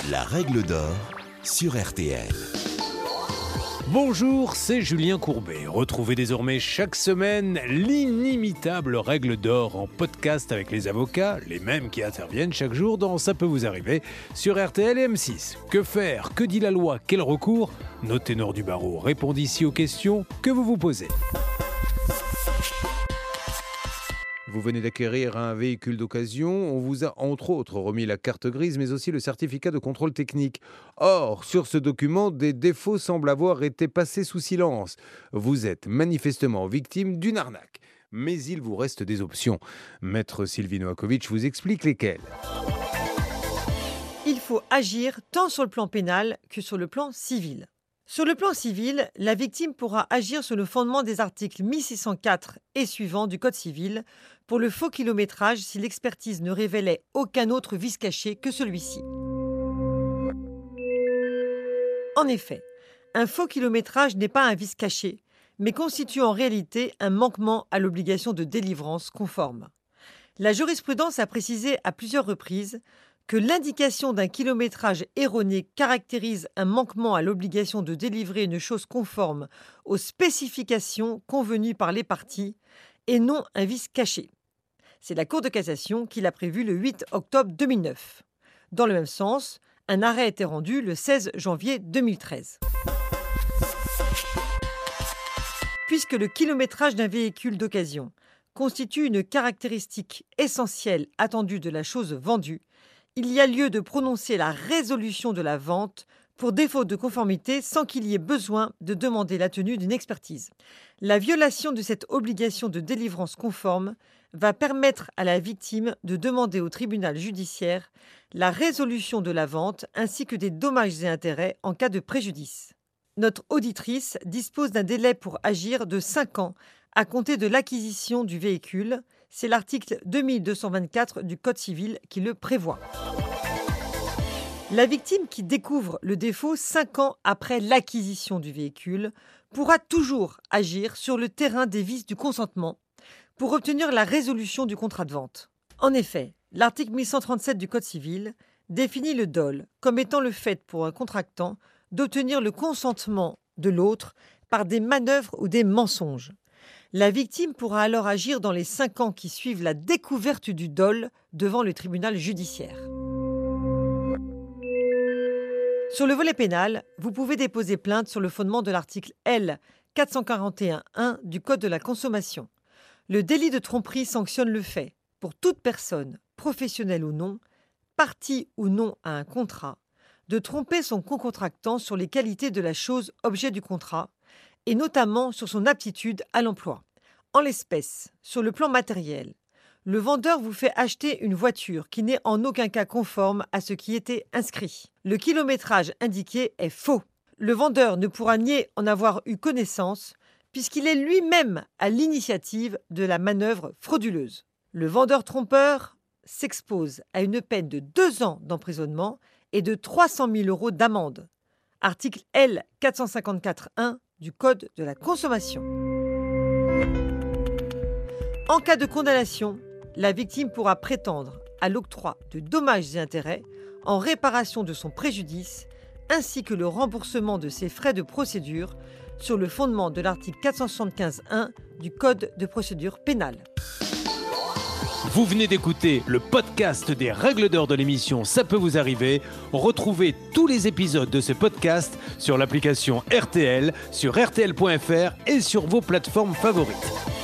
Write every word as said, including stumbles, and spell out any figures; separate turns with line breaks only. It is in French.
La règle d'or sur R T L.
Bonjour, c'est Julien Courbet. Retrouvez désormais chaque semaine l'inimitable règle d'or en podcast avec les avocats, les mêmes qui interviennent chaque jour dans Ça peut vous arriver sur R T L et M six. Que faire ? Que dit la loi ? Quel recours ? Nos ténors du barreau répondent ici aux questions que vous vous posez. Vous venez d'acquérir un véhicule d'occasion, on vous a entre autres remis la carte grise mais aussi le certificat de contrôle technique. Or, sur ce document, des défauts semblent avoir été passés sous silence. Vous êtes manifestement victime d'une arnaque. Mais il vous reste des options. Maître Sylvie Noakovic vous explique lesquelles.
Il faut agir tant sur le plan pénal que sur le plan civil. Sur le plan civil, la victime pourra agir sur le fondement des articles mille six cent quatre et suivants du Code civil pour le faux kilométrage si l'expertise ne révélait aucun autre vice caché que celui-ci. En effet, un faux kilométrage n'est pas un vice caché, mais constitue en réalité un manquement à l'obligation de délivrance conforme. La jurisprudence a précisé à plusieurs reprises que l'indication d'un kilométrage erroné caractérise un manquement à l'obligation de délivrer une chose conforme aux spécifications convenues par les parties et non un vice caché. C'est la Cour de cassation qui l'a prévu le huit octobre deux mille neuf. Dans le même sens, un arrêt a été rendu le seize janvier deux mille treize. Puisque le kilométrage d'un véhicule d'occasion constitue une caractéristique essentielle attendue de la chose vendue, il y a lieu de prononcer la résolution de la vente pour défaut de conformité sans qu'il y ait besoin de demander la tenue d'une expertise. La violation de cette obligation de délivrance conforme va permettre à la victime de demander au tribunal judiciaire la résolution de la vente ainsi que des dommages et intérêts en cas de préjudice. Notre auditrice dispose d'un délai pour agir de cinq ans à compter de l'acquisition du véhicule. C'est l'article deux mille deux cent vingt-quatre du Code civil qui le prévoit. La victime qui découvre le défaut cinq ans après l'acquisition du véhicule pourra toujours agir sur le terrain des vices du consentement pour obtenir la résolution du contrat de vente. En effet, l'article mille cent trente-sept du Code civil définit le dol comme étant le fait pour un contractant d'obtenir le consentement de l'autre par des manœuvres ou des mensonges. La victime pourra alors agir dans les cinq ans qui suivent la découverte du dol devant le tribunal judiciaire. Sur le volet pénal, vous pouvez déposer plainte sur le fondement de l'article L quatre cent quarante et un un du Code de la consommation. Le délit de tromperie sanctionne le fait, pour toute personne, professionnelle ou non, partie ou non à un contrat, de tromper son concontractant sur les qualités de la chose objet du contrat, et notamment sur son aptitude à l'emploi. En l'espèce, sur le plan matériel, le vendeur vous fait acheter une voiture qui n'est en aucun cas conforme à ce qui était inscrit. Le kilométrage indiqué est faux. Le vendeur ne pourra nier en avoir eu connaissance puisqu'il est lui-même à l'initiative de la manœuvre frauduleuse. Le vendeur trompeur s'expose à une peine de deux ans d'emprisonnement et de trois cent mille euros d'amende. Article L quatre cent cinquante-quatre un du Code de la consommation. En cas de condamnation, la victime pourra prétendre à l'octroi de dommages et intérêts en réparation de son préjudice ainsi que le remboursement de ses frais de procédure sur le fondement de l'article quatre cent soixante-quinze un du Code de procédure pénale.
Vous venez d'écouter le podcast des règles d'or de l'émission Ça peut vous arriver. Retrouvez tous les épisodes de ce podcast sur l'application R T L, sur R T L point F R et sur vos plateformes favorites.